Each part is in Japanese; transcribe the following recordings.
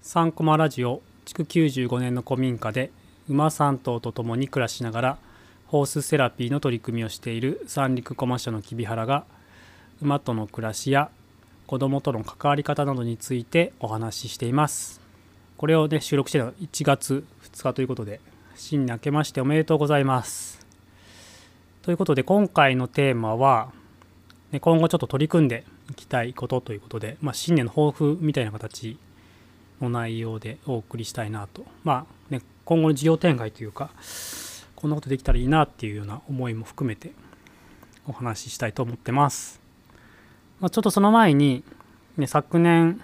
3コマラジオ築95年の古民家で馬3頭と共に暮らしながらホースセラピーの取り組みをしている三陸駒社の木原が馬との暮らしや子供との関わり方などについてお話ししています。これをね収録しているのは1月2日ということで、新年明けましておめでとうございます。ということで今回のテーマは、今後ちょっと取り組んでいきたいことということで、新年の抱負みたいな形の内容でお送りしたいなと、今後の事業展開というか、こんなことできたらいいなっていうような思いも含めてお話ししたいと思ってます。ちょっとその前に、昨年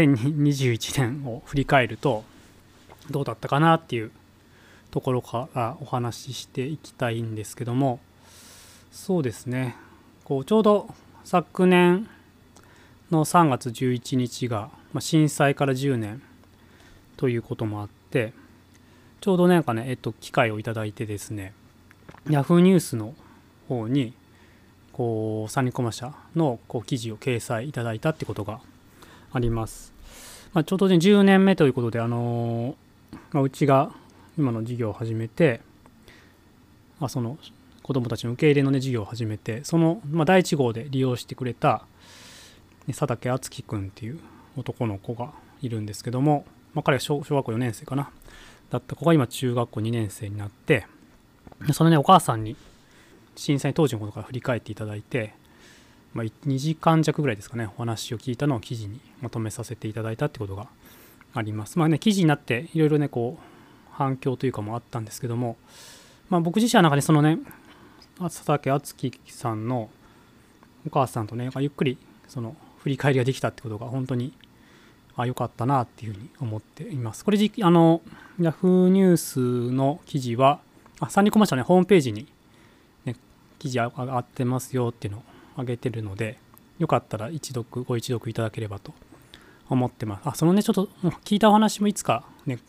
2021年を振り返るとどうだったかなっていうところからお話ししていきたいんですけども、そうですね、ちょうど昨年の3月11日が震災から10年ということもあって、ちょうど機会をいただいてですね、ヤフーニュースの方に三陸駒社の記事を掲載いただいたってことがあります。ちょうどね10年目ということで、うちが今の事業を始めて、その子どもたちの受け入れの事業を始めて、その第1号で利用してくれた佐竹敦樹くんっていう男の子がいるんですけども、彼は小学校4年生かなだった子が今中学校2年生になって、そのお母さんに震災当時のことから振り返っていただいて、2時間弱ぐらいですかね、お話を聞いたのを記事にまとめさせていただいたってことがあります。記事になっていろいろ反響というかもあったんですけども、僕自身はその佐竹敦樹さんのお母さんとゆっくりその振り返りができたってことが本当に良かったなっていうふうに思っています。これヤフーニュースの記事は三陸駒社のホームページに記事上がってますよっていうのを上げてるので、よかったらご一読いただければと思ってます。そのちょっと聞いたお話もいつか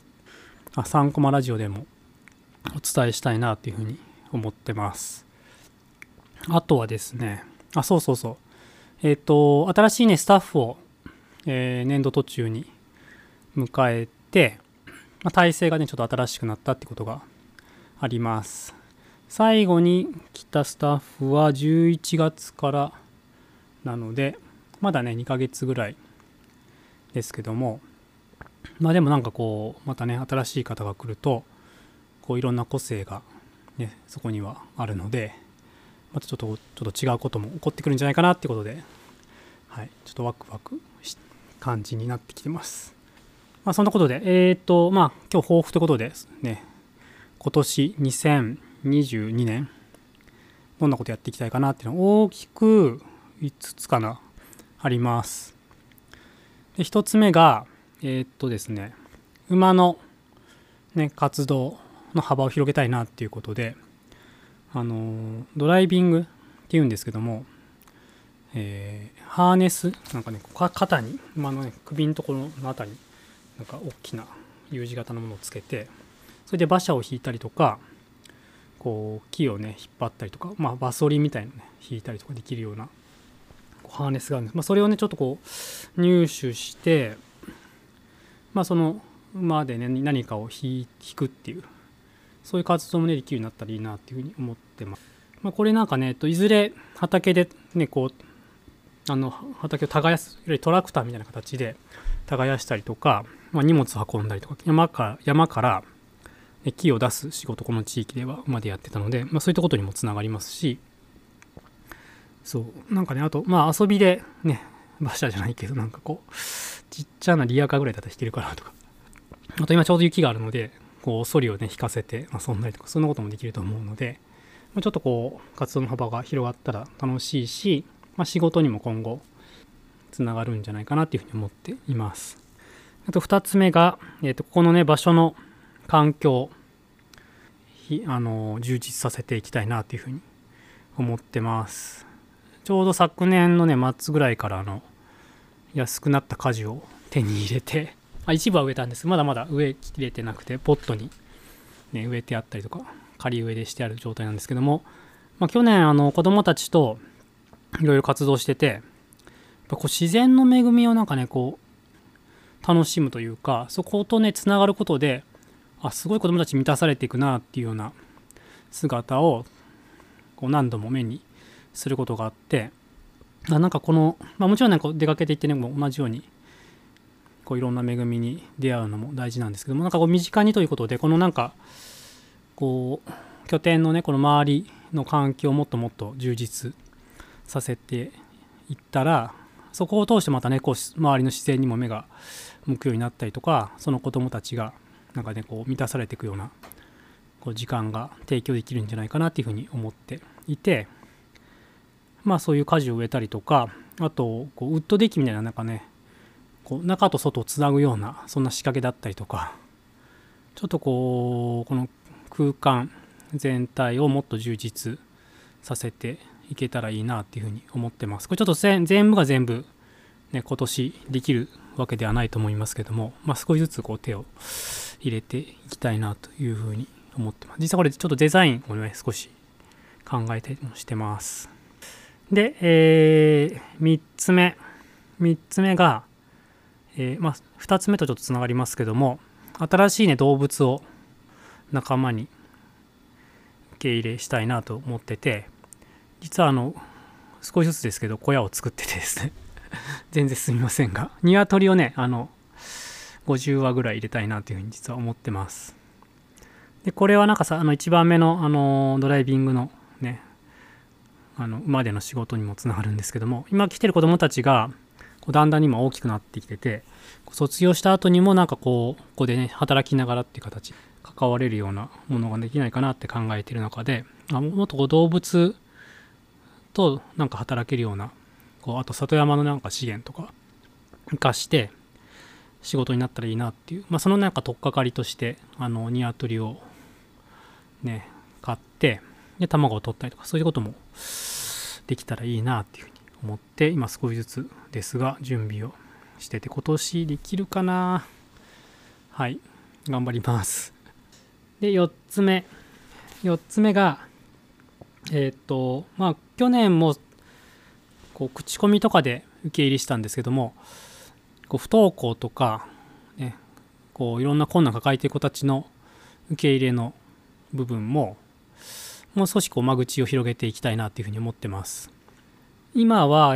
3コマラジオでもお伝えしたいなっていうふうに思ってます。あとはですね、新しいスタッフを、年度途中に迎えて、体制がちょっと新しくなったってことがあります。最後に来たスタッフは11月からなので、まだ2ヶ月ぐらいですけども、でもまた新しい方が来るといろんな個性がそこにはあるので、またちょっと違うことも起こってくるんじゃないかなってことで、ちょっとワクワクした感じになってきてます。そんなことで今日抱負ということでね、今年2022年どんなことやっていきたいかなっていうのは大きく5つかなあります。で1つ目がですね、馬の活動の幅を広げたいなっていうことで、ドライビングっていうんですけども、ハーネス肩に馬の首のところのあたりに大きな U 字型のものをつけて、それで馬車を引いたりとか、木を引っ張ったりとか、バソリみたいな引いたりとかできるようなハーネスがあるんです。それをちょっと入手して、その馬で何かを引くっていう、そういう活動もできるようになったらいいなっていうふうに思ってます。これいずれ畑で畑を耕す、トラクターみたいな形で耕したりとか、荷物を運んだりとか、山から木を出す仕事、この地域では馬でやってたので、そういったことにもつながりますし、あと遊びで馬車じゃないけどちっちゃなリアカーぐらいだったら弾けるかなとか、あと今ちょうど雪があるのでソリを引かせて遊んだりとか、そんなこともできると思うので、ちょっと活動の幅が広がったら楽しいし、仕事にも今後つながるんじゃないかなっていうふうに思っています。あと2つ目が、ここの場所の環境充実させていきたいなっていうふうに思ってます。ちょうど昨年の末ぐらいから安くなった果樹を手に入れて、一部は植えたんです。まだまだ植えきれてなくて、ポットに、植えてあったりとか仮植えでしてある状態なんですけども、去年子どもたちといろいろ活動してて、自然の恵みを楽しむというか、そことねつながることで、すごい子供たち満たされていくなっていうような姿をこう何度も目にすることがあって、なんかこの、もちろんねこう出かけていってねも同じようにこういろんな恵みに出会うのも大事なんですけども、なんかこう身近にということで、このなんかこう拠点のねこの周りの環境をもっともっと充実させていったら、そこを通してまたねこう周りの自然にも目が向くようになったりとか、その子どもたちがなんかねこう満たされていくようなこう時間が提供できるんじゃないかなっていうふうに思っていて、そういう果樹を植えたりとか、あとこうウッドデッキみたいななんかねこう中と外をつなぐようなそんな仕掛けだったりとか、ちょっとこの空間全体をもっと充実させていけたらいいなっていうふうに思ってます。これちょっと全部が全部、ね、今年できるわけではないと思いますけども、少しずつこう手を入れていきたいなというふうに思ってます。実はこれちょっとデザインをね少し考えてもしてます。で、3つ目が、2つ目とちょっとつながりますけども、新しいね動物を仲間に受け入れしたいなと思ってて、実は少しずつですけど小屋を作っててですね全然すみませんが、鶏をね50羽ぐらい入れたいなというふうに実は思ってます。でこれはなんかさ1番目のドライビングのね馬での仕事にもつながるんですけども、今来てる子どもたちがだんだん今大きくなってきてて、卒業した後にもなんかここでね働きながらっていう形で関われるようなものができないかなって考えている中で、もっと動物となんか働けるようなあと里山のなんか資源とか生かして仕事になったらいいなっていう、そのなんか取っかかりとして鶏をね買ってで卵を取ったりとか、そういうこともできたらいいなっていうふうに思って、今少しずつですが準備をしてて、今年できるかな。はい、頑張ります。で4つ目が去年も口コミとかで受け入れしたんですけども、不登校とかねいろんな困難を抱えている子たちの受け入れの部分ももう少し間口を広げていきたいなというふうに思ってます。今は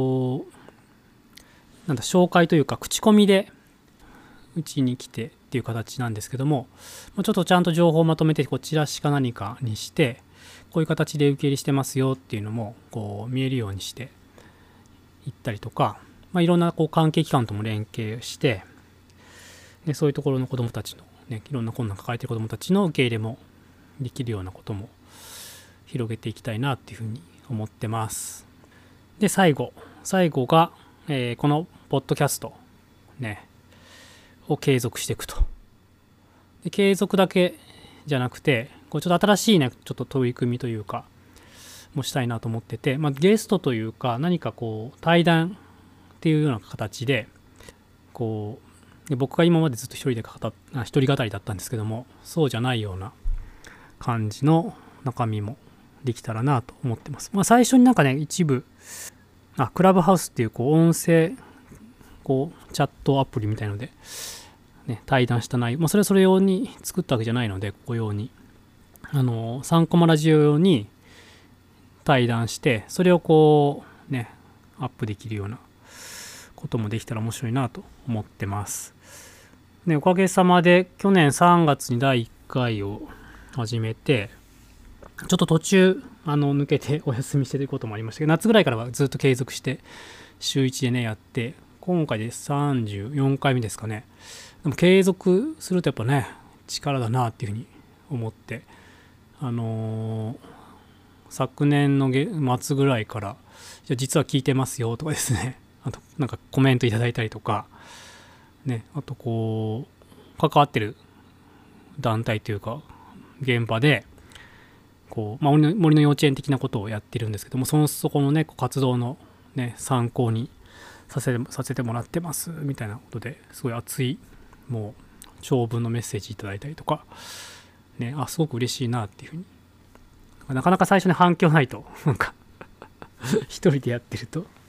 紹介というか口コミでうちに来てっていう形なんですけども、ちょっとちゃんと情報をまとめてチラシか何かにして、こういう形で受け入れしてますよっていうのも見えるようにしていったりとか、いろんな関係機関とも連携してで、そういうところの子どもたちの、いろんな困難を抱えている子どもたちの受け入れもできるようなことも広げていきたいなっていうふうに思ってます。で最後が、このポッドキャストを継続していくと。で継続だけじゃなくてちょっと新しいちょっと取り組みというかもしたいなと思ってて、ゲストというか何か対談っていうような形で僕が今までずっと一人語りだったんですけども、そうじゃないような感じの中身もできたらなと思ってます。最初に一部クラブハウスっていう音声チャットアプリみたいので、対談した内容、それ用に作ったわけじゃないので、ここ用に3コマラジオ用に対談して、それをアップできるようなこともできたら面白いなと思ってます。おかげさまで去年3月に第1回を始めて、ちょっと途中抜けてお休みしてということもありましたけど、夏ぐらいからはずっと継続して週1でやって、今回で34回目ですかね。でも継続するとやっぱ力だなっていうふうに思って、昨年の末ぐらいから実は聞いてますよとかですね、あとコメントいただいたりとかあと関わってる団体というか現場で森の幼稚園的なことをやってるんですけども、そこの活動の参考にさせてもらってますみたいなことですごい熱いもう長文のメッセージいただいたりとかすごく嬉しいなっていうふうに、なかなか最初に反響ないと一人でやってると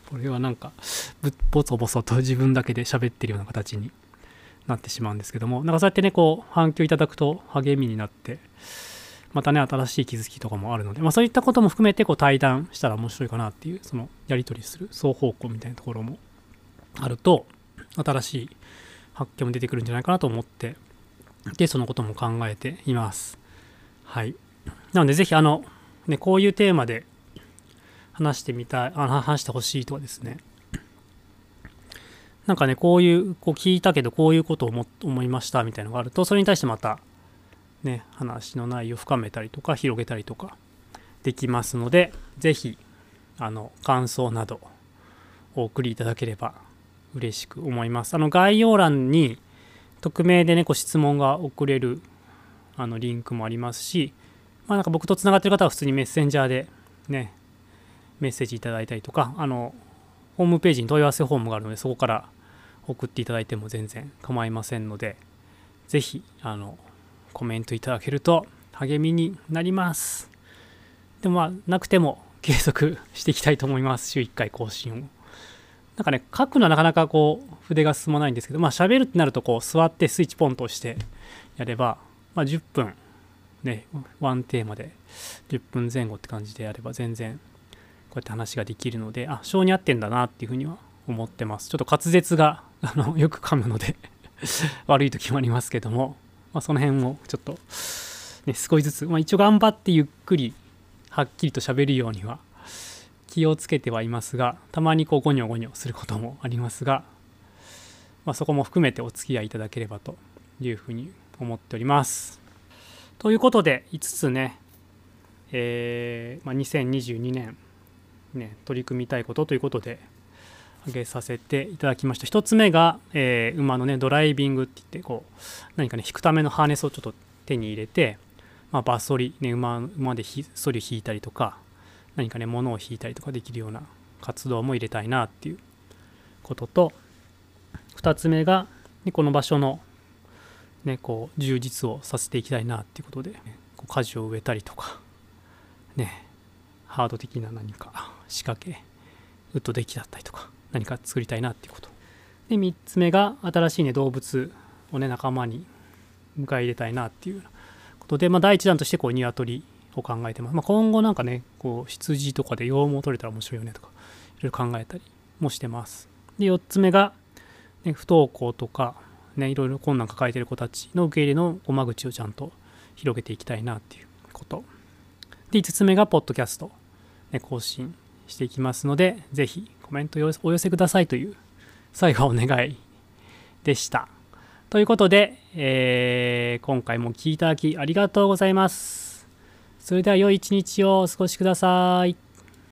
これはなんかボソボソと自分だけで喋ってるような形になってしまうんですけども、なんかそうやってねこう反響いただくと励みになって、またね新しい気づきとかもあるので、そういったことも含めてこう対談したら面白いかなっていう、そのやり取りする双方向みたいなところもあると新しい発見も出てくるんじゃないかなと思って、でそのことも考えています。はい。なのでぜひこういうテーマで話してほしいとかですね、なんかねこう聞いたけどこういうことを思いましたみたいなのがあると、それに対してまたね話の内容を深めたりとか広げたりとかできますので、ぜひ感想などお送りいただければ嬉しく思います。概要欄に匿名でねご質問が送れるリンクもありますし、なんか僕とつながっている方は普通にメッセンジャーでねメッセージいただいたりとか、ホームページに問い合わせフォームがあるので、そこから送っていただいても全然構いませんので、ぜひコメントいただけると励みになります。でもなくても継続していきたいと思います。週1回更新を。なんかね書くのはなかなかこう筆が進まないんですけど、喋るってなるとこう座ってスイッチポンと押してやれば、10分ねワンテーマで10分前後って感じでやれば全然こうやって話ができるので、性に合ってんだなっていうふうには思ってます。ちょっと滑舌がよく噛むので悪い時もありますけども、その辺もちょっと、ね、少しずつ、一応頑張ってゆっくりはっきりと喋るようには気をつけてはいますが、たまにこうゴニョゴニョすることもありますが、そこも含めてお付き合いいただければというふうに思っております。ということで5つね、2022年取り組みたいことということで挙げさせていただきました。1つ目が、馬のねドライビングって言って、こう何かね引くためのハーネスをちょっと手に入れて、バソリ、馬でソリを引いたりとか、何かね物を引いたりとかできるような活動も入れたいなっていうことと、2つ目が、この場所のこう充実をさせていきたいなっていうことで、こう果樹を植えたりとかハード的な何か仕掛けウッドデッキだったりとか何か作りたいなっていうことで、3つ目が新しい動物を仲間に迎え入れたいなっていうことで、第一弾としてこう鶏を考えてます。今後なんかねこう羊とかで羊毛取れたら面白いよねとかいろいろ考えたりもしてます。で4つ目が、不登校とかいろいろ困難抱えている子たちの受け入れの間口をちゃんと広げていきたいなっていうことで、5つ目がポッドキャスト、更新していきますので、ぜひコメントをお寄せくださいという最後はお願いでした。ということで、今回も聞いていただきありがとうございます。それでは良い一日をお過ごしください。